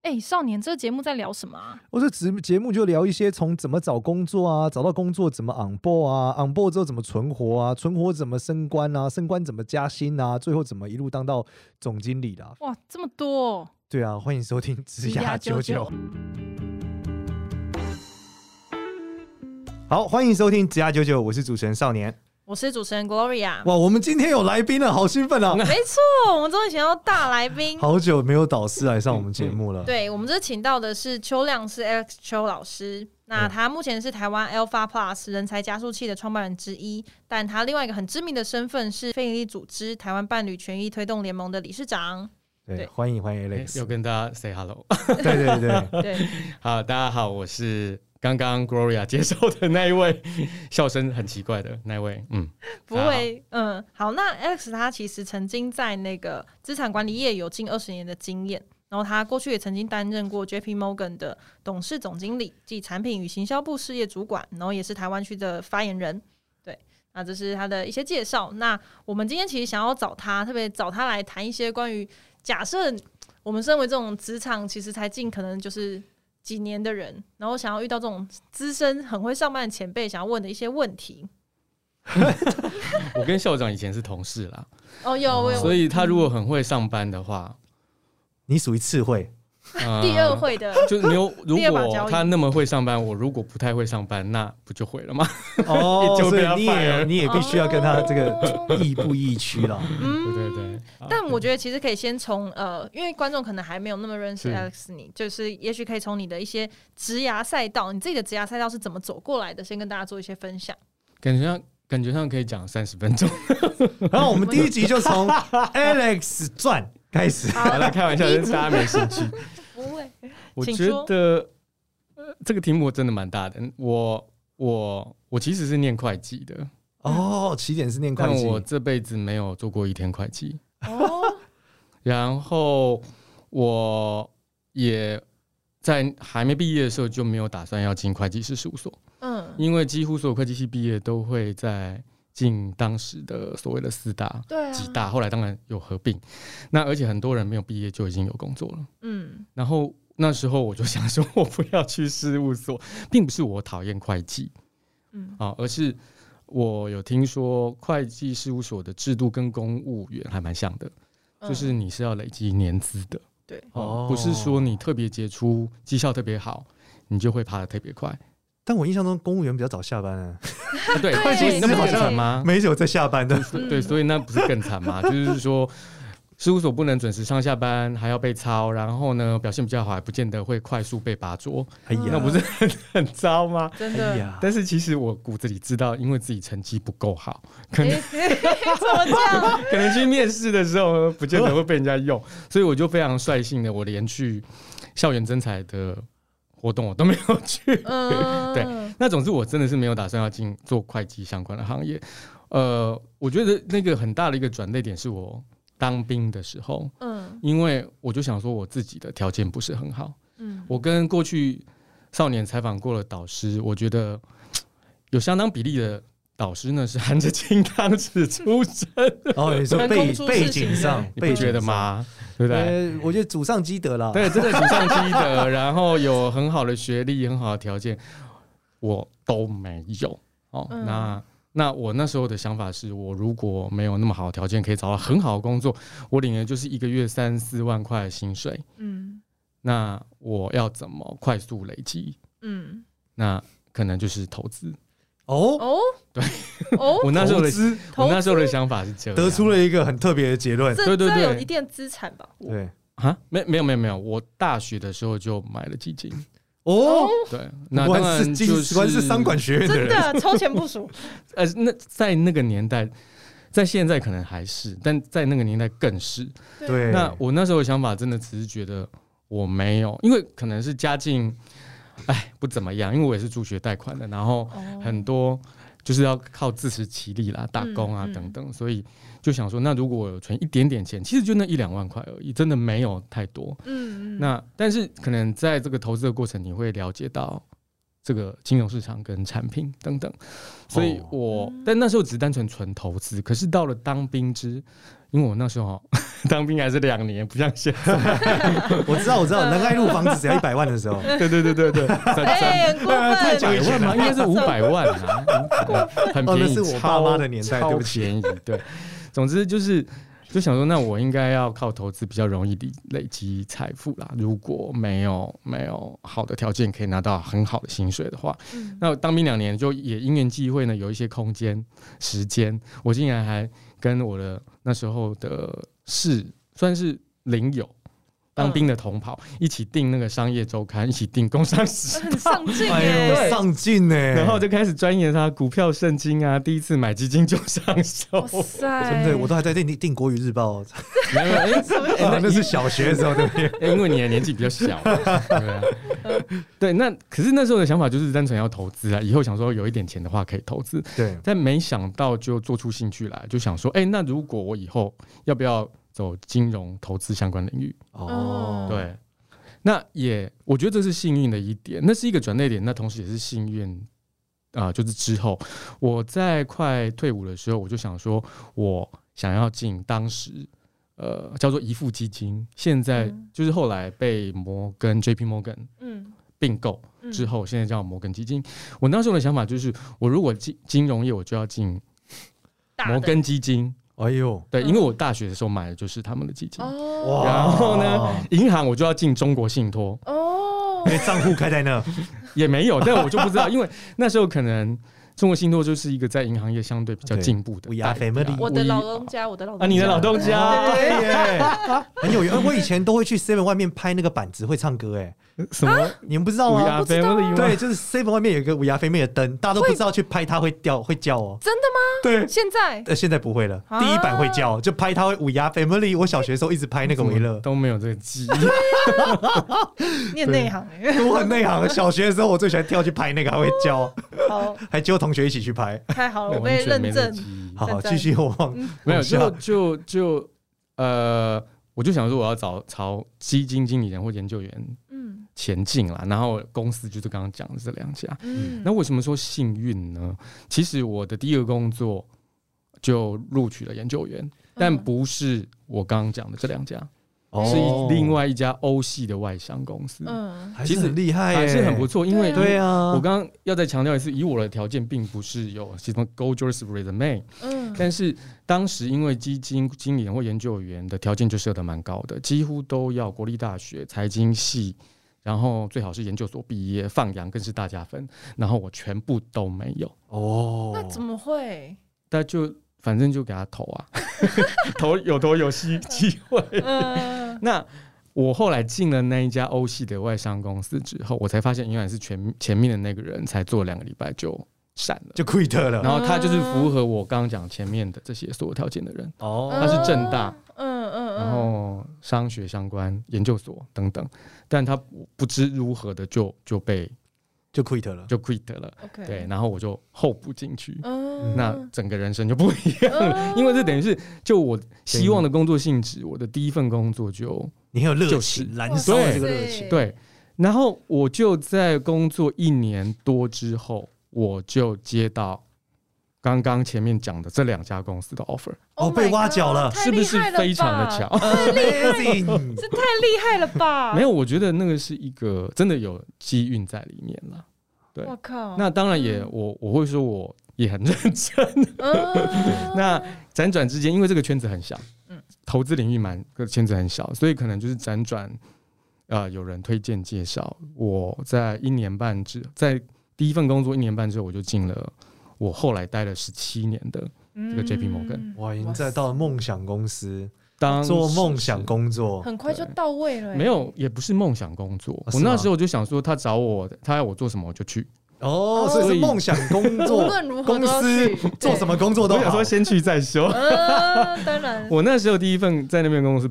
少年，这个节目在聊什么啊？ 我这节目就聊一些从怎么找工作啊，找到工作怎么 on board 啊 ，on board 之后怎么存活啊，存活怎么升官啊，升官怎么加薪啊，最后怎么一路当到总经理的啊。 哇，这么多哦！ 对啊，欢迎收听职涯99。好，欢迎收听职涯99，我是主持人少年。 我是主持人 Gloria。 哇，我们今天有来宾了，好兴奋啊！ 没错，我们终于请到大来宾， 好久没有导师来上我们节目了。 对，我们这请到的是邱亮，是 Alex 邱老师。那他目前是台湾 Alpha Plus 人才加速器的创办人之一，但他另外一个很知名的身份是非营利组织台湾伴侣权益推动联盟的理事长。 对，欢迎 Alex， 又跟大家 say hello。 对， 好，大家好，我是刚刚 Gloria 接受的那一位，笑声很奇怪的那一位。 不会，好。那 Alex 他其实曾经在那个资产管理业有近20年的经验，然后他过去也曾经担任过 JP Morgan 的董事总经理及产品与行销部事业主管，然后也是台湾区的发言人。对，那这是他的一些介绍。那我们今天其实想要特别找他来谈一些关于假设我们身为这种职场其实才进可能就是几年的人，然后想要遇到这种资深很会上班的前辈，想要问的一些问题。 我跟校长以前是同事啦， 有， 所以他如果很会上班的话， 你属于次会。 第二会的， 就是如果他那么会上班，我如果不太会上班，那不就毁了吗？ 所以你也必须要跟他这个亦步亦趋了。 对。 但我觉得其实可以先从因为观众可能还没有那么认识 Alex 你，就是也许可以从你的一些职涯赛道，你自己的职涯赛道是怎么走过来的，先跟大家做一些分享。 感觉上可以讲30分钟。 然后我们第一集就从 Alex 传开始。 好了，开玩笑，大家没兴趣。 不会， 我觉得这个题目真的蛮大的。我其实是念会计的。 起点是念会计， 但我这辈子没有做过一天会计。然后我也在还没毕业的时候就没有打算要进会计师事务所。因为几乎所有会计系毕业都会在进当时的所谓的4大、几大，后来当然有合并。那而且很多人没有毕业就已经有工作了。然后那时候我就想说，我不要去事务所，并不是我讨厌会计，而是我有听说会计事务所的制度跟公务员还蛮像的，就是你是要累积年资的。 对， 不是说你特别杰出、绩效特别好，你就会爬得特别快。 但我印象中公务员比较早下班啊。 对，会计那么好惨吗？ 没有在下班的。 对，所以那不是更惨吗？就是说，事务所不能准时上下班，还要被操，然后呢，表现比较好，还不见得会快速被拔擢。那不是很糟吗？ 真的。 但是其实我骨子里知道，因为自己成绩不够好，可能怎么这样？ 可能去面试的时候不见得会被人家用，所以我就非常率性的，我连去校园征才的活动我都没有去。对，那总之我真的是没有打算要做会计相关的行业。我觉得那个很大的一个转捩点是我当兵的时候。因为我就想说我自己的条件不是很好。我跟过去少年采访过的导师，我觉得有相当比例的导师呢是含着金汤匙出生的。 你说背景上， 你不觉得吗？对不对？ 我觉得祖上积德啦。 对，真的祖上积德，然后有很好的学历、很好的条件，我都没有。那我那时候的想法是，我如果没有那么好的条件可以找到很好的工作，我领的就是1个月3-4万块的薪水。那我要怎么快速累积？那可能就是投资。对，我那时候的想法是这样， 得出了一个很特别的结论。 对，有一定的资产吧？ 对没有，我大学的时候就买了基金。对， 那当然是商管学院的人， 真的超前部署。 那在那个年代，在现在可能还是，但在那个年代更是。 对， 那我那时候的想法真的只是觉得我没有，因为可能是家境不怎么样，因为我也是助学贷款的，然后很多就是要靠自食其力啦，打工啊等等，所以就想说，那如果我有存一点点钱，其实就那1-2万块而已，真的没有太多。那但是可能在这个投资的过程，你会了解到这个金融市场跟产品等等，所以但那时候只是单纯纯投资。可是到了当兵因因为我那时候当兵还是2年，不像现在。 我知道，能盖一路房子只要100万的时候， 对， 哎，很过分， 100万吗？应该是500万啊，很便宜， 那是我爸妈的年代，对不起， 便宜。对，总之就想说，那我应该要靠投资比较容易累积财富啦。如果没有好的条件可以拿到很好的薪水的话，那当兵2年就也因缘际会呢，有一些空间时间，我竟然还跟我的那时候的算是邻友。当兵的同袍一起订那个商业周刊，一起订工商时报， 很上进哎呦，上进哎！ 然后就开始钻研他股票圣经啊，第一次买基金就上手。 哇塞， 真的，我都还在订国语日报。 没有， 那是小学的时候，对不对？ 因为你的年纪比较小，对，那可是那时候的想法就是单纯要投资啊，以后想说有一点钱的话可以投资， 对， 但没想到就做出兴趣来，就想说，那如果我以后要不要走金融投资相关领域？ 哦， 对，那我觉得这是幸运的一点，那是一个转捩点，那同时也是幸运就是之后我在快退伍的时候，我就想说，我想要进当时叫做遗富基金，现在就是后来被JP Morgan 并购之后，现在叫摩根基金。我那时候的想法就是，我如果金融业，我就要进摩根基金。 哎呦， 对，因为我大学的时候买的就是他们的基金， 哦， 然后呢，银行我就要进中国信托， 哦， 因为账户开在那也没有，但我就不知道，因为那时候可能中国信托就是一个在银行业相对比较进步的。 We are family， 我的老东家， 你的老东家， 对耶，很有缘。我以前都会去 Seven 外面拍那个板子，会唱歌哎。 什么？ 你们不知道吗？ We are family 吗？ 对，就是 Seven 外面有一个 We are family 的灯，大家都不知道去拍它会叫哦。 真的吗？ 对， 现在不会了。第一版会叫，就拍它会 We are family。我小学的时候一直拍那个维乐， 都没有这个记忆。 你很内行哎， 我很内行。小学的时候我最喜欢跳去拍那个，还会叫，还揪同学一起去拍。 太好了，我被认证。 好，继续我忘没有我就想说我要朝基金经理人或研究员前进啦，然后公司就是刚刚讲的这2家。那为什么说幸运呢？其实我的第一个工作就录取了研究员，但不是我刚刚讲的这2家，是另外一家欧系的外商公司。 其实很厉害， 还是很不错。因为对啊， 我刚刚要再强调一次，以我的条件并不是有什么 gorgeous resume，但是当时因为基金经理人或研究员的条件就设得蛮高的，几乎都要国立大学财经系，然后最好是研究所毕业，放羊更是大加分。然后我全部都没有。 那怎么会？ 但反正就给他投啊，投有机会。那我后来进了那一家欧系的外商公司之后，我才发现原来是前面的那个人才做2个礼拜就闪了， 就 quit 了。 然后他就是符合我刚刚讲前面的这些所有条件的人。他是政大，然后商学相关研究所等等，但他不知如何的就 quit 了，对，然后我就候补进去，那整个人生就不一样了，因为这等于是就我希望的工作性质，我的第一份工作你很有热情，燃烧这个热情， 对，然后我就在工作1年多之后，我就接到刚刚前面讲的这2家公司的 offer， 被挖角了， 是不是非常的巧？ 这太厉害了吧？ 没有，我觉得那个是一个真的有机运在里面了。对， 我靠， 那当然也我会说我也很认真。那辗转之间，因为这个圈子很小，投资领域圈子很小，所以可能就是辗转有人推荐介绍，我在1年半在第一份工作1年半之后，我就进了我后来待了17年的这个 JP Morgan。 哇，已经在到了梦想公司。 做梦想工作很快就到位了。 没有，也不是梦想工作。我那时候就想说，他找我，他要我做什么我就去。 所以是梦想工作。 无论如何公司做什么工作都好。 我想说先去再说。 当然。 我那时候第一份在那边工作是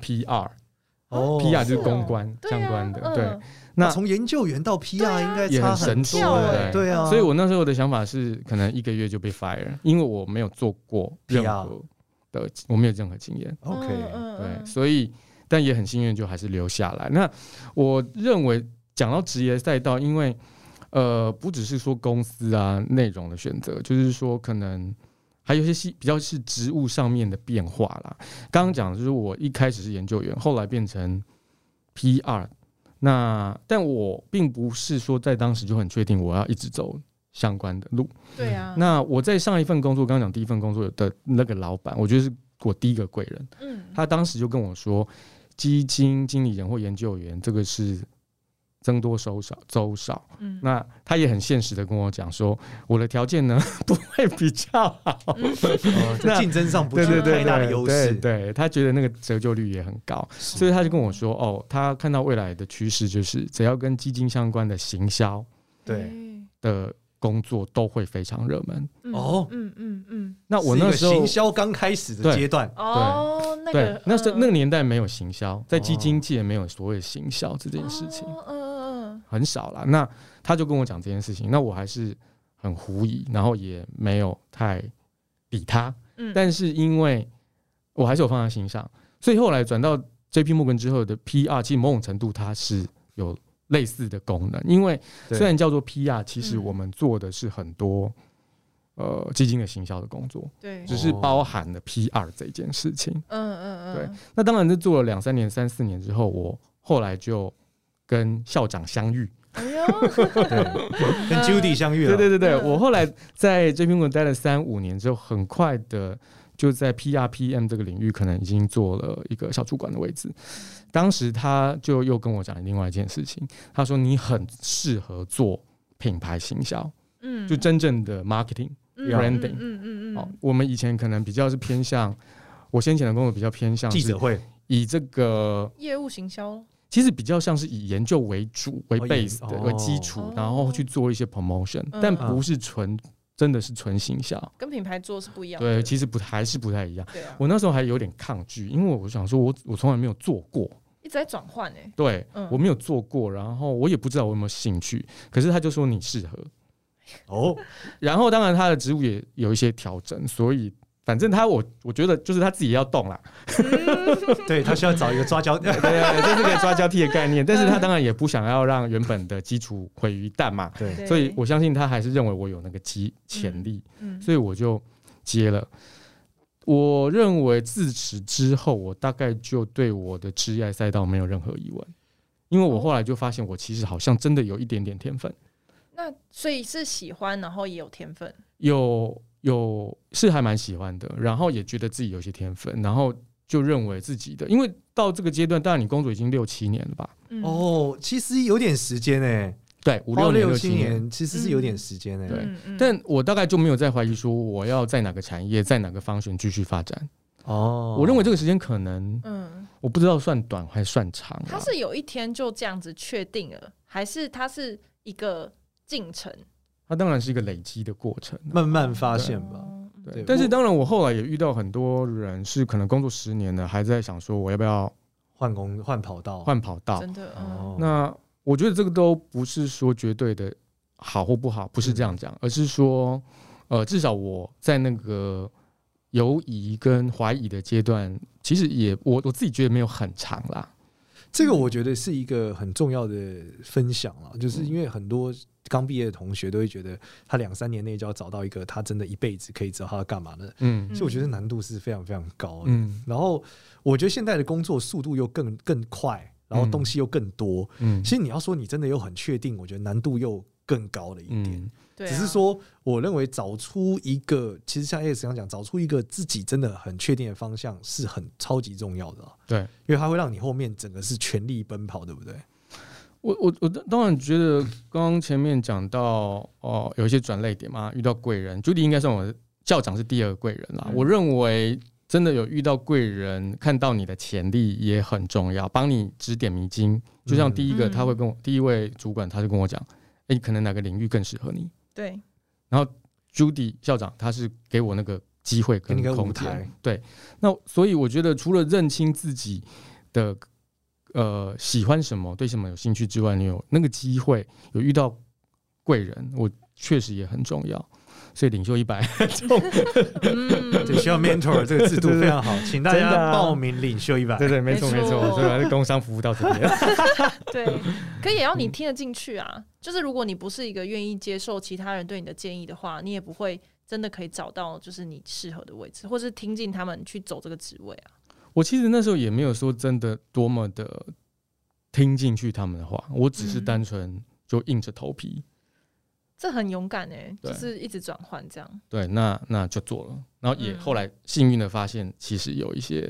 PR，PR 就是公关相关的。对， 那从研究员到 PR 应该也很神奇， 对啊。 所以我那时候的想法是，可能1个月就被 fire， 因为我没有做过任何。我没有任何经验 ，OK， 对，所以但也很幸运，就还是留下来。那我认为讲到职业赛道，因为不只是说公司啊内容的选择，就是说可能还有一些比较是职务上面的变化啦。刚刚讲的就是我一开始是研究员，后来变成 PR， 但我并不是说在当时就很确定我要一直走相关的路。 对啊。 那我在上一份工作，刚刚讲第一份工作的那个老板，我觉得是我第一个贵人。他当时就跟我说，基金经理人或研究员这个是增多收少周少。那他也很现实的跟我讲说，我的条件呢不会比较好， 在竞争上不是太大的优势。 对，他觉得那个折旧率也很高，所以他就跟我说，他看到未来的趋势就是只要跟基金相关的行销的工作都会非常热门。那我那时候行销刚开始的阶段， 对，那个年代没有行销，在基金界没有所谓的行销这件事情，很少啦。那他就跟我讲这件事情，那我还是很狐疑，然后也没有太理他。但是因为我还是有放在心上，所以后来转到 JP Morgan 之后的 PR， 其实某种程度它是有类似的功能，因为虽然叫做 PR， 其实我们做的是很多基金的行销的工作，对，只是包含了 PR 这件事情。对。那当然是做了2-3年、3-4年之后，我后来就跟校长相遇。 跟 Judy 相遇了。 对，我后来在 JP Morgan 待了3-5年之后，很快的就在 PR、PM 这个领域，可能已经做了一个小主管的位置。当时他就又跟我讲另外一件事情，他说你很适合做品牌行销，就真正的 marketing、branding。我们以前可能比较是偏向，我先前的工作比较偏向记者会， 以这个业务行销。 其实比较像是以研究为主、为 base 的、为基础，然后去做一些 promotion，但不是真的是纯行销， 跟品牌做是不一样的。 对，其实还是不太一样。我那时候还有点抗拒，因为我想说我从来没有做过， 一直在转换对，我没有做过，然后我也不知道我有没有兴趣。可是他就说你适合然后当然他的职务也有一些调整，所以。反正我觉得就是他自己要动啦， 对，他需要找一个抓交替， 对，这是个抓交替的概念。但是他当然也不想要让原本的基础毁于一旦嘛，对，所以我相信他还是认为我有那个潜力，所以我就接了。我认为自此之后，我大概就对我的职业赛道没有任何疑问，因为我后来就发现我其实好像真的有一点点天分。 那所以是喜欢，然后也有天分， 有是还蛮喜欢的，然后也觉得自己有些天分，然后就认为自己的，因为到这个阶段，当然你工作已经6-7年了吧？ 其实有点时间对，5-6年、 6-7年其实是有点时间对，但我大概就没有再怀疑说我要在哪个产业、在哪个方向继续发展。我认为这个时间可能，我不知道算短还是算长。 它是有一天就这样子确定了，还是它是一个进程？ 它当然是一个累积的过程， 慢慢发现吧。 对，但是当然我后来也遇到很多人是可能工作10年了，还在想说我要不要换跑道。 真的那我觉得这个都不是说绝对的好或不好，不是这样讲，而是说至少我在那个犹疑跟怀疑的阶段，其实也我自己觉得没有很长啦。 这个我觉得是一个很重要的分享啦，就是因为很多刚毕业的同学都会觉得他2-3年内就要找到一个他真的一辈子可以知道他要干嘛的，所以我觉得难度是非常非常高的。然后我觉得现在的工作速度又更快，然后东西又更多，其实你要说你真的又很确定，我觉得难度又更高了一点。只是说我认为找出一个，其实像 Alex 刚讲，找出一个自己真的很确定的方向是很超级重要的。 对， 因为它会让你后面整个是全力奔跑，对不对？ 我当然觉得刚刚前面讲到有一些转捩点嘛，遇到贵人，Judy 应该算我的校长是第2个贵人啦。我认为真的有遇到贵人，看到你的潜力也很重要，帮你指点迷津。就像第一个，他会跟我第一位主管，他就跟我讲，可能哪个领域更适合你。 对。 然后 Judy 校长他是给我那个机会跟空间。对。那所以我觉得除了认清自己的喜欢什么，对什么有兴趣之外，你有那个机会，有遇到贵人，我确实也很重要。所以领袖100 对，需要 mentor 这个制度非常好，请大家报名领袖100。 对，没错，所以还是工商服务到这边。 对，可也要你听得进去啊。就是如果你不是一个愿意接受其他人对你的建议的话，你也不会真的可以找到就是你适合的位置，或是听进他们去走这个职位啊？ 我其实那时候也没有说真的多么的听进去他们的话，我只是单纯就硬着头皮。 这很勇敢就是一直转换这样。 对，那就做了，然后也后来幸运的发现，其实有一些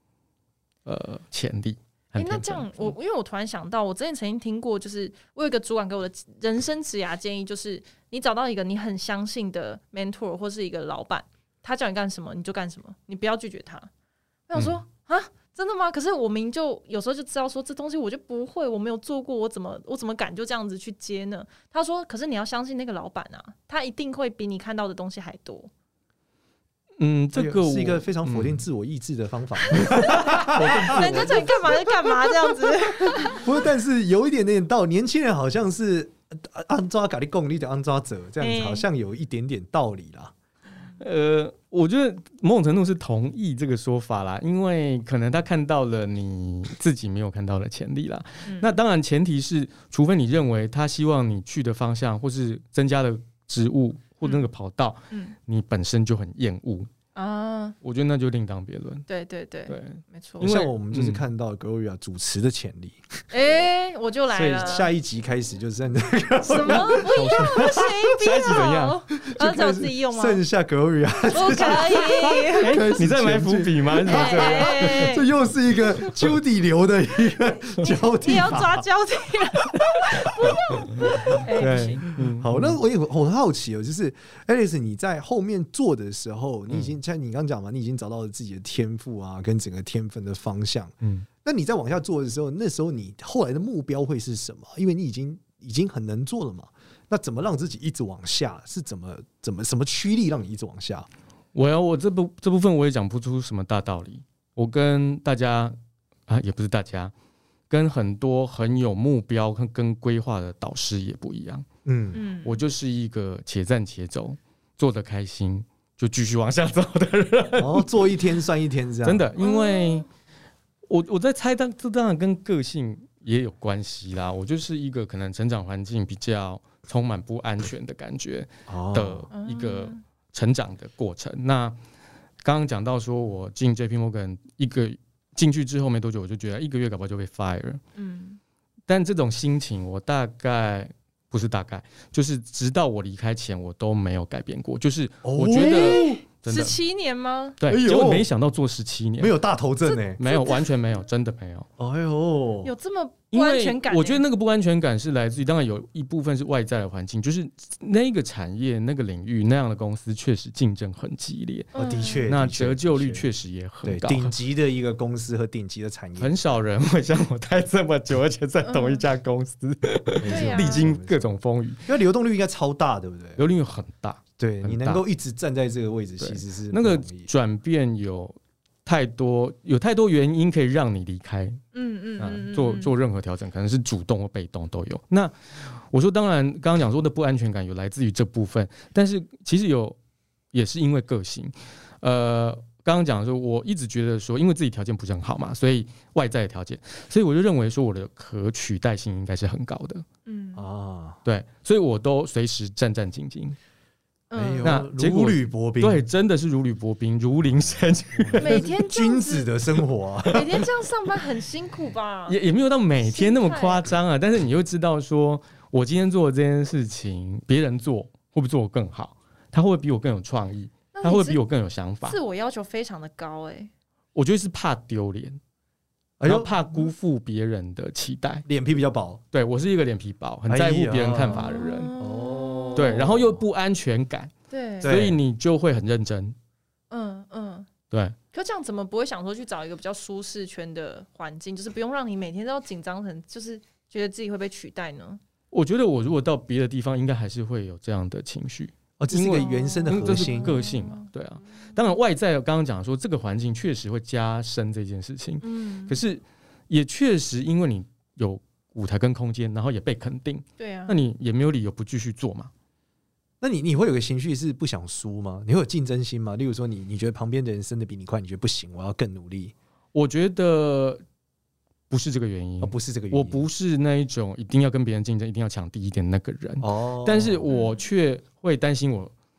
潜力。 那这样因为我突然想到，我之前曾经听过，就是我有一个主管给我的人生职涯建议，就是你找到一个你很相信的 mentor 或是一个老板，他叫你干什么你就干什么，你不要拒绝他。我想说真的吗？可是我明明就有时候就知道说这东西我就不会，我没有做过，我怎么敢就这样子去接呢？他说，可是你要相信那个老板啊，他一定会比你看到的东西还多。 这个是一个非常否定自我意志的方法。 人家叫你干嘛就干嘛这样子。 不过，但是有一点点道理，年轻人好像是按照咖喱贡，你得按照走，这样子好像有一点点道理啦。 我觉得某种程度是同意这个说法啦，因为可能他看到了你自己没有看到的潜力啦。那当然前提是，除非你认为他希望你去的方向或是增加的职务或者那个跑道，你本身就很厌恶啊，我觉得那就另当别论。 对，没错。 像我们就是看到 Gloria 主持的潜力， 我就来了。 所以下一集开始就剩这个什么不要，不行， 下一集怎样？ 要找自己用吗？ 剩下 Gloria 不可以。 你在埋伏笔吗？ 这又是一个揪底流的一个交替， 你要抓交替，不要。 对，好，那我也很好奇哦，就是 Alex 你在后面做的时候，你已经像你刚讲嘛，你已经找到了自己的天赋啊，跟整个天分的方向。那你在往下做的时候，那时候你后来的目标会是什么？因为你已经很能做了嘛，那怎么让自己一直往下？是怎么什么驱力让你一直往下？ 我这部分我也讲不出什么大道理。我跟大家也不是大家，跟很多很有目标跟规划的导师也不一样。我就是一个且战且走，做得开心就继续往下走的人。 做一天算一天这样。真的， 因为我在猜，这当然跟个性也有关系啦。我就是一个可能成长环境比较充满不安全的感觉的一个成长的过程。那刚刚讲到说，我进 JPMorgan 进去之后没多久，我就觉得1个月搞不好就被 fire。但这种心情，我大概不是大概，就是直到我离开前，我都没有改变过。就是我觉得 17年吗？ 对，结果没想到做17年， 没有大头症没有，完全没有，真的没有。 有这么不安全感？ 我觉得那个不安全感是来自于，当然有一部分是外在的环境，就是那个产业、那个领域那样的公司确实竞争很激烈。 的确， 那折旧率确实也很高。 顶级的一个公司和顶级的产业， 很少人会像我待这么久，而且在同一家公司，历经各种风雨。 因为流动率应该超大，对不对？ 流动率很大。 对，你能够一直站在这个位置，其实是那个转变有太多原因可以让你离开。做任何调整，可能是主动或被动都有。那我说，当然刚刚讲说的不安全感有来自于这部分，但是其实也是因为个性。刚刚讲说，我一直觉得说，因为自己条件不是很好嘛，所以外在的条件，所以我就认为说我的可取代性应该是很高的。对，所以我都随时战战兢兢。 那如履薄冰， 对，真的是如履薄冰，如临深渊。 每天君子的生活啊， 每天这样上班很辛苦吧？ 也没有到每天那么夸张啊。但是你又知道说，我今天做的这件事情，别人做会不会做得更好？他会不会比我更有创意？他会不会比我更有想法？ 自我要求非常的高我觉得是怕丢脸，然后怕辜负别人的期待， 脸皮比较薄。 对，我是一个脸皮薄，很在乎别人看法的人。对，然后又不安全感， 对， 所以你就会很认真。对。 可这样怎么不会想说去找一个比较舒适圈的环境，就是不用让你每天都要紧张成，就是觉得自己会被取代呢？ 我觉得我如果到别的地方，应该还是会有这样的情绪。 这是一个原生的核心个性嘛，对啊。当然外在刚刚讲说这个环境确实会加深这件事情，可是也确实因为你有舞台跟空间，然后也被肯定， 对啊， 那你也没有理由不继续做嘛。 那你会有个情绪是不想输吗？你会有竞争心吗？例如说你觉得旁边的人升得比你快，你觉得不行，我要更努力。 我觉得不是这个原因， 不是这个原因。 我不是那一种一定要跟别人竞争，一定要抢第一点的那个人。但是我却会担心我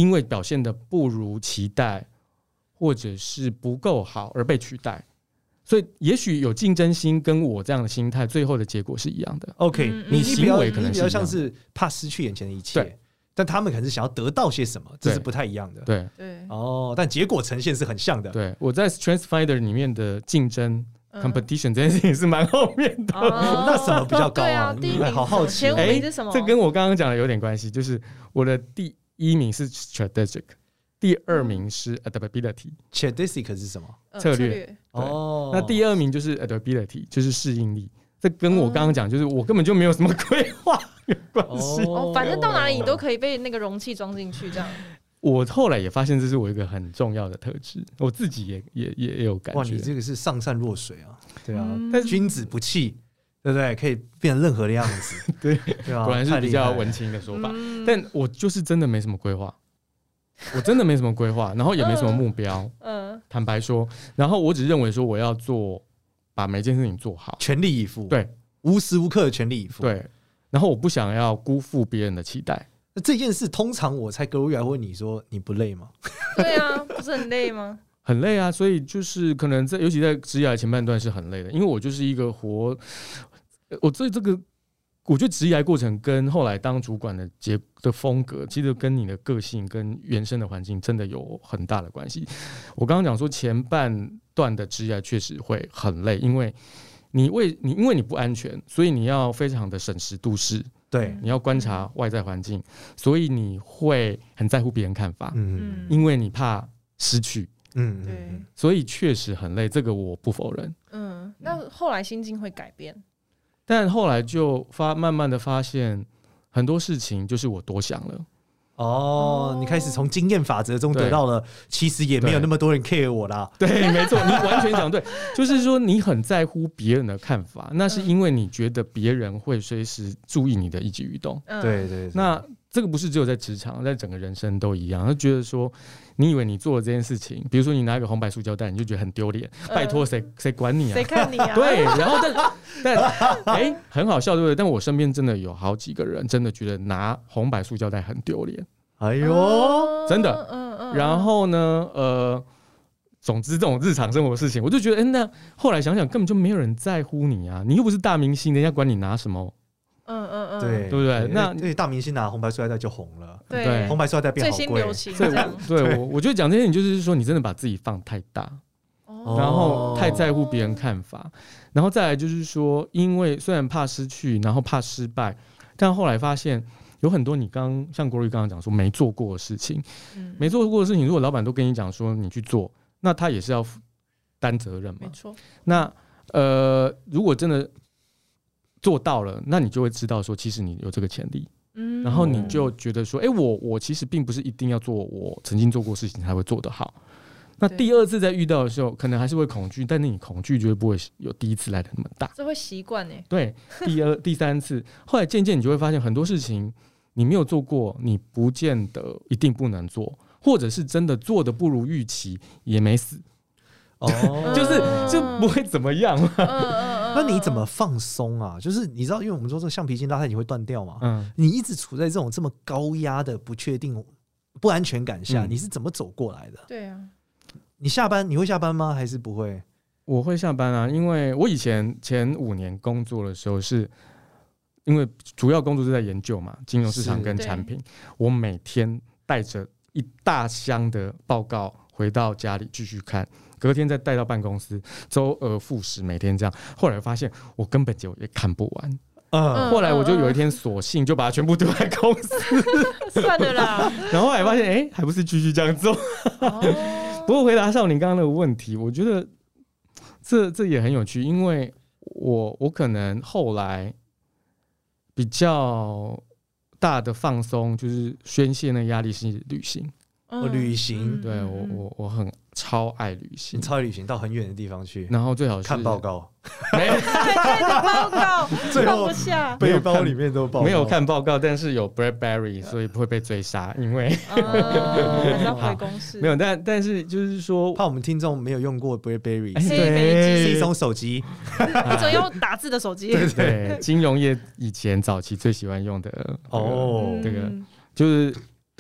因为表现的不如期待，或者是不够好而被取代。所以也许有竞争心跟我这样的心态，最后的结果是一样的。 OK， 你行为可能比较像是怕失去眼前的一切，但他们可能是想要得到些什么，这是不太一样的。 对， 但结果呈现是很像的。 对，我在 StrengthsFinder 里面的竞争。competition 这件事情是蛮后面的， 那什么比较高啊？ 第一名好好奇， 前5名是什么？ 这跟我刚刚讲的有点关系，就是我的第1名是 strategic， 第2名是 adaptability。strategic 是什么？ 策略。那第2名就是 adaptability， 就是适应力。这跟我刚刚讲，就是我根本就没有什么规划有关系。 反正到哪里你都可以被那个容器装进去，这样。 我后来也发现这是我一个很重要的特质，我自己也有感觉。 哇，你这个是上善若水啊，对啊，但君子不器，对不对？可以变成任何的样子， 对啊， 果然是比较文青的说法。但我就是真的没什么规划，我真的没什么规划，然后也没什么目标。坦白说，然后我只认为说我要把每件事情做好， 全力以赴， 对， 无时无刻的全力以赴， 对。然后我不想要辜负别人的期待。 那这件事通常我猜Gloria会问你说你不累吗？ 对啊，不是很累吗？ 很累啊，所以就是可能尤其在职涯前半段是很累的，因为我就是一个我对这个我觉得职涯过程跟后来当主管的风格，其实跟你的个性跟原生的环境真的有很大的关系。我刚刚讲说前半段的职涯确实会很累，因为你不安全，所以你要非常的审时度势。 对， 你要观察外在环境，所以你会很在乎别人看法，因为你怕失去， 对， 所以确实很累，这个我不否认。 那后来心境会改变， 但后来就慢慢的发现很多事情就是我多想了。 你开始从经验法则中得到了，其实也没有那么多人 care 我啦。 对，没错，你完全讲对，就是说你很在乎别人的看法，那是因为你觉得别人会随时注意你的一举一动。 对， 那这个不是只有在职场，在整个人生都一样。他觉得说，你以为你做了这件事情，比如说你拿一个红白塑胶袋，你就觉得很丢脸，拜托谁管你啊？ 谁看你啊？ 对，然后但很好笑，对不对？但我身边真的有好几个人真的觉得拿红白塑胶袋很丢脸。 哎呦， 真的，然后呢，总之这种日常生活的事情，我就觉得，那后来想想，根本就没有人在乎你啊，你又不是大明星，人家管你拿什么？ 对， 对不对？那大明星拿红白塑料袋就红了， 对， 红白塑料袋变好贵， 最新流行。 对，我觉得讲这些，你就是说，你真的把自己放太大，然后太在乎别人看法，然后再来就是说，因为虽然怕失去，然后怕失败，但后来发现。有很多你像Gloria刚刚讲说没做过的事情，没做过的事情，如果老板都跟你讲说你去做，那他也是要担责任嘛。 没错。 那如果真的做到了，那你就会知道说，其实你有这个潜力。然后你就觉得说，我其实并不是一定要做我曾经做过事情才会做得好。那第二次再遇到的时候，可能还是会恐惧，但是你恐惧就不会有第一次来的那么大。 这会习惯欸。 对，第三次，后来渐渐你就会发现很多事情你没有做过，你不见得一定不能做，或者是真的做的不如预期，也没死。就不会怎么样。 那你怎么放松啊？就是你知道，因为我们说这个橡皮筋拉太紧会断掉嘛。你一直处在这么高压的不确定、不安全感下，你是怎么走过来的？ 对啊。 你会下班吗？还是不会？ 我会下班啊，因为我以前5年工作的时候，是因为主要工作是在研究嘛，金融市场跟产品，我每天带着一大箱的报告回到家里继续看，隔天再带到办公司，周而复始，每天这样。后来发现我根本就也看不完。后来我就有一天索性就把它全部丢在公司， 算了啦。 然后后来发现，还不是继续这样做。不过回答少年刚刚那个问题，我觉得这也很有趣，因为我可能后来比较大的放松，就是宣泄那个压力是旅行。 旅行， 对我很超爱旅行， 你超爱旅行到很远的地方去， 然后最好是看报告， 没有看报告， 最后放不下， 背包里面都报告， 没有看报告，但是有 BlackBerry， 所以不会被追杀，因为要回公司， 没有，但是就是说， 怕我们听众没有用过 BlackBerry， 对， 是一种手机， 一种用打字的手机， 对，金融业以前早期最喜欢用的这个就是。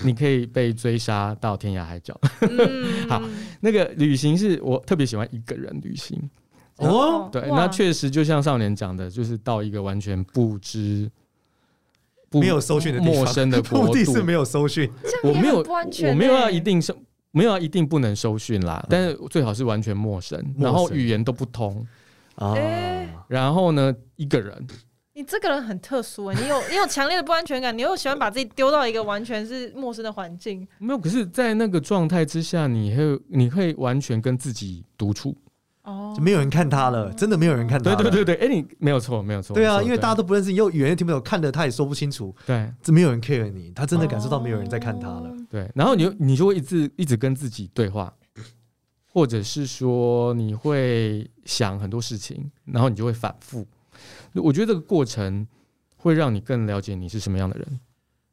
你可以被追杀到天涯海角。好，那个旅行是我特别喜欢一个人旅行。 哦， 对，那确实就像少年讲的，就是到一个完全没有搜讯的地方， 陌生的国度， 目的是没有搜讯。 我没有要一定不能搜讯啦，但是最好是完全陌生，然后语言都不通啊。然后呢，一个人。 你这个人很特殊，你有强烈的不安全感，你又喜欢把自己丢到一个完全是陌生的环境。 没有，可是，在那个状态之下，你会完全跟自己独处。 哦，就没有人看他了，真的没有人看他了。 对，你没有错。对啊，因为大家都不认识你，又语言也听不懂，看的他也说不清楚。 对， 这没有人 care 你，他真的感受到没有人在看他了。 对，然后你就会一直跟自己对话，或者是说你会想很多事情，然后你就会反复。我觉得这个过程会让你更了解你是什么样的人。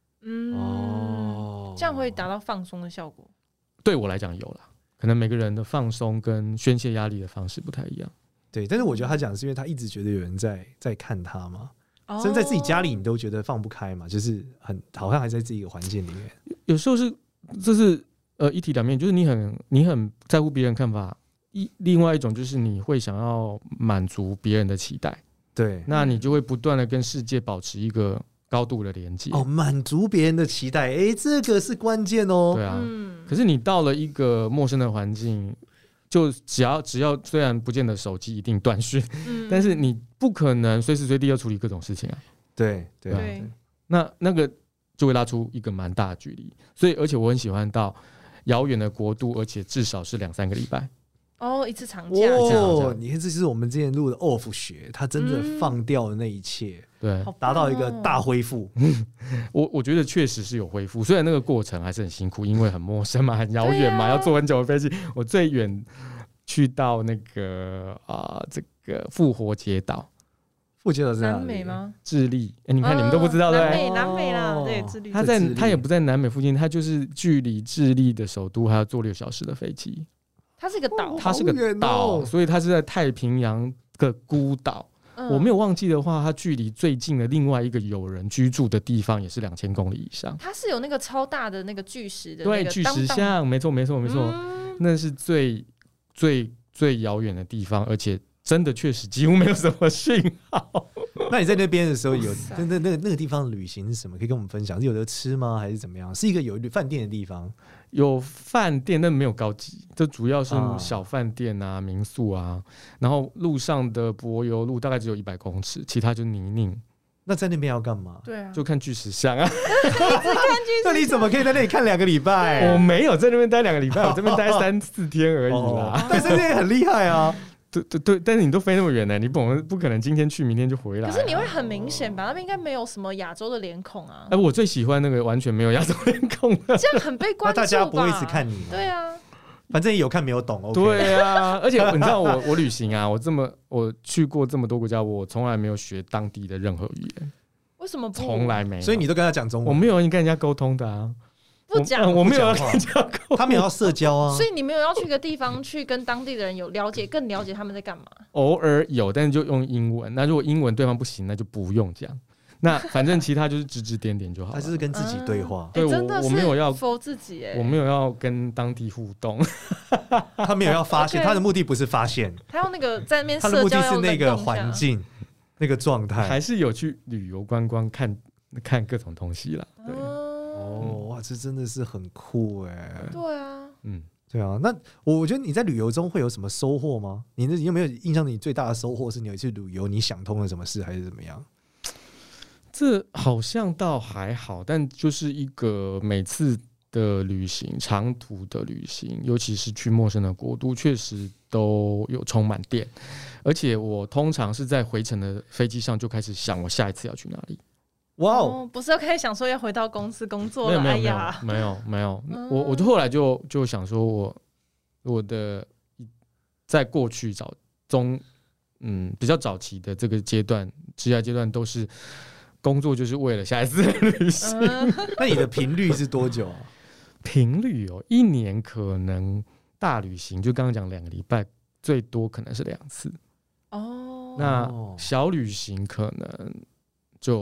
这样会达到放松的效果。 对我来讲有啦，可能每个人的放松跟宣泄压力的方式不太一样。 对，但是我觉得他讲的是因为他一直觉得有人在看他嘛，甚至在自己家里你都觉得放不开嘛，就是好像还在自己的环境里面。 有时候这是一体两面，就是你很在乎别人看法，另外一种就是你会想要满足别人的期待。 对， 那你就会不断的跟世界保持一个高度的连接。 满足别人的期待，这个是关键哦。 对啊，可是你到了一个陌生的环境，就只要虽然不见得手机一定断讯，但是你不可能随时随地要处理各种事情啊。 对， 那个就会拉出一个蛮大的距离。所以，而且我很喜欢到遥远的国度，而且至少是2-3个礼拜。 一次长假你看，这就是我们之前录的 off 学，他真的放掉了那一切， 对， 达到一个大恢复。 我觉得确实是有恢复，虽然那个过程还是很辛苦，因为很陌生嘛，很遥远嘛，要坐很久的飞机。我最远去到那个这个复活节岛。 复活节岛是南美吗？ 智利。你看你们都不知道，对， 南美啦，对，智利。 它也不在南美附近，它就是距离智利的首都还要坐6小时的飞机。 它是一个岛， 它是个岛，所以它是在太平洋的孤岛。我没有忘记的话，它距离最近的另外一个有人居住的地方也是2000公里以上。 它是有那个超大的那个巨石的， 对，巨石像，没错，那是最遥远的地方，而且真的确实几乎没有什么讯号。 那你在那边的时候有那个地方旅行是什么？可以跟我们分享？是有得吃吗？还是怎么样？是一个有饭店的地方？ 有饭店，但没有高级，这主要是小饭店啊、民宿啊。然后路上的柏油路大概只有100公尺，其他就是泥泞。 那在那边要干嘛？ 对啊， 就看巨石像啊。 那你怎么可以在那里看2个礼拜？ 我没有在那边待2个礼拜，我这边待3-4天而已啦。 但是那边很厉害啊。 对，但是你都飞那么远呢，你不可能今天去明天就回来。 可是你会很明显吧？那边应该没有什么亚洲的脸孔啊。 我最喜欢那个完全没有亚洲脸孔的， 这样很被关注吧？ 那大家不会一直看你吗？ 对啊， 反正有看没有懂。OK。 对啊，而且你知道我旅行啊，我去过这么多国家，我从来没有学当地的任何语言。 为什么不？ 从来没有。 所以你都跟他讲中文？ 我没有跟人家沟通的啊。 不讲， 我没有要跟人家沟通， 他们也要社交啊。 所以你没有要去一个地方去跟当地的人有更了解他们在干嘛？ 偶尔有，但是就用英文。那如果英文对方不行，那就不用讲。那反正其他就是指指点点就好了。 他就是跟自己对话。 对，我没有要否自己， 我没有要跟当地互动。 他没有要发现，他的目的不是发现， 他要那个在那边社交， 他的目的是那个环境、那个状态， 还是有去旅游观光看各种东西啦。对。 哇，这真的是很酷哎！ 对啊， 对啊。那我觉得你在旅游中会有什么收获吗？你有没有印象？你最大的收获是你有一次旅游，你想通了什么事，还是怎么样？ 这好像倒还好，但就是一个每次的旅行，长途的旅行，尤其是去陌生的国度，确实都有充满电。而且我通常是在回程的飞机上就开始想，我下一次要去哪里。 哇哦， 不是要开始想说要回到公司工作了？ 没有，我就后来就想说我的在过去比较早期的这个阶段，职业阶段都是工作就是为了下一次的旅行。 那你的频率是多久啊？ 频率1年可能大旅行就刚刚讲2个礼拜，最多可能是2次。那小旅行可能就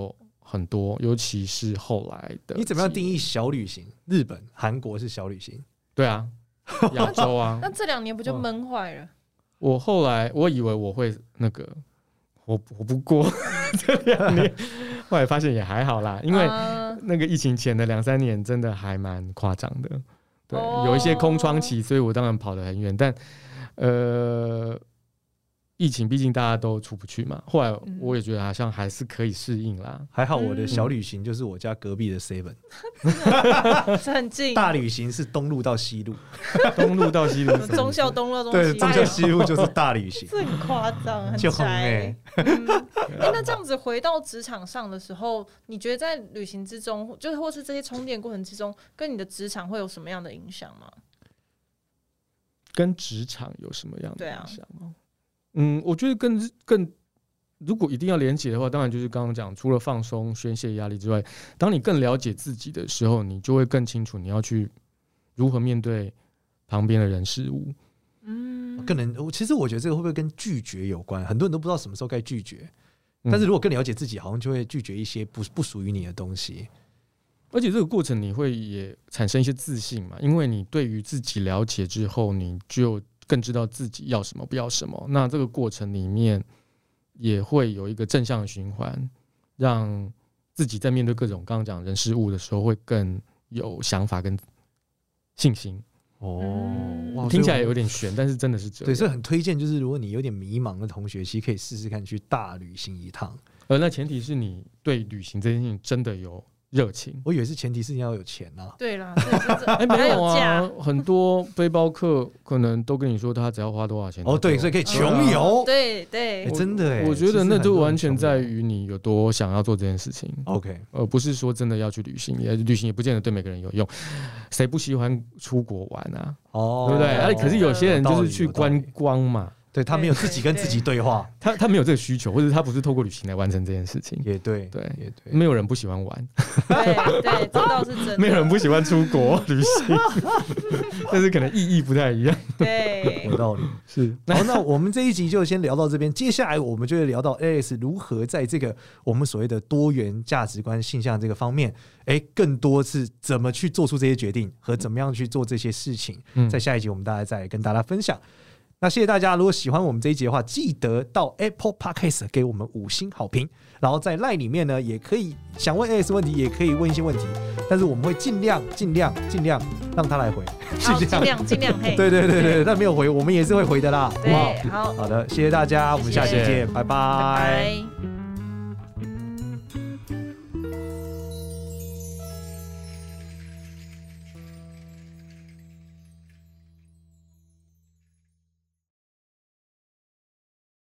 很多，尤其是后来的。 你怎么样定义小旅行？日本、韩国是小旅行？ 对啊，亚洲啊。 那这2年不就闷坏了？ 我后来我以为我会那个，我不过这2年，后来发现也还好啦，因为那个疫情前的2-3年真的还蛮夸张的，对，有一些空窗期，所以我当然跑得很远，但疫情毕竟大家都出不去嘛，后来我也觉得好像还是可以适应啦。 还好我的小旅行就是我家隔壁的 Seven， 是很近。 大旅行是东路到西路， 东路到西路， 忠孝东路到对，忠孝西路就是大旅行， 这很夸张，很就很宅。那这样子回到职场上的时候，你觉得在旅行之中，就是或是这些充电过程之中，跟你的职场会有什么样的影响吗？ 跟职场有什么样的影响吗？我觉得更如果一定要连结的话，当然就是刚刚讲，除了放松、宣泄压力之外，当你更了解自己的时候，你就会更清楚你要去如何面对旁边的人事物。 其实我觉得这个会不会跟拒绝有关？很多人都不知道什么时候该拒绝，但是如果更了解自己，好像就会拒绝一些不属于你的东西。 而且这个过程你会也产生一些自信嘛，因为你对于自己了解之后，你就更知道自己要什么不要什么，那这个过程里面也会有一个正向的循环，让自己在面对各种刚刚讲人事物的时候会更有想法跟信心。哇，听起来有点悬，但是真的是这样。 对，所以很推荐，就是如果你有点迷茫的同学，其实可以试试看去大旅行一趟。 那前提是你对旅行这件事情真的有热情。 我以为是前提是你要有钱啊。 对啦， 没有啊，很多背包客可能都跟你说他只要花多少钱。 对，所以可以穷游。 对， 真的我觉得那就完全在于你有多想要做这件事情。 OK， 不是说真的要去旅行，旅行也不见得对每个人有用。谁不喜欢出国玩啊？对不对？可是有些人就是去观光嘛。 对，他没有自己跟自己对话， 他没有这个需求，或者他不是透过旅行来完成这件事情。 也对， 没有人不喜欢玩。 对，这倒是真的。 没有人不喜欢出国旅行，但是可能意义不太一样。 对， 有道理。 是。 好，那我们这一集就先聊到这边，接下来我们就会聊到 Alex 如何在这个我们所谓的多元价值观性向这个方面，更多是怎么去做出这些决定和怎么样去做这些事情。在下一集我们大家再跟大家分享。那谢谢大家，如果喜欢我们这一集的话，记得到 Apple Podcast 给我们5星好评，然后在 LINE 里面呢，也可以想问 AS 问题，也可以问一些问题，但是我们会尽量让他来回， 尽量嘿， 对，但没有回，我们也是会回的啦， 对， 好的，谢谢大家，我们下期见，拜拜。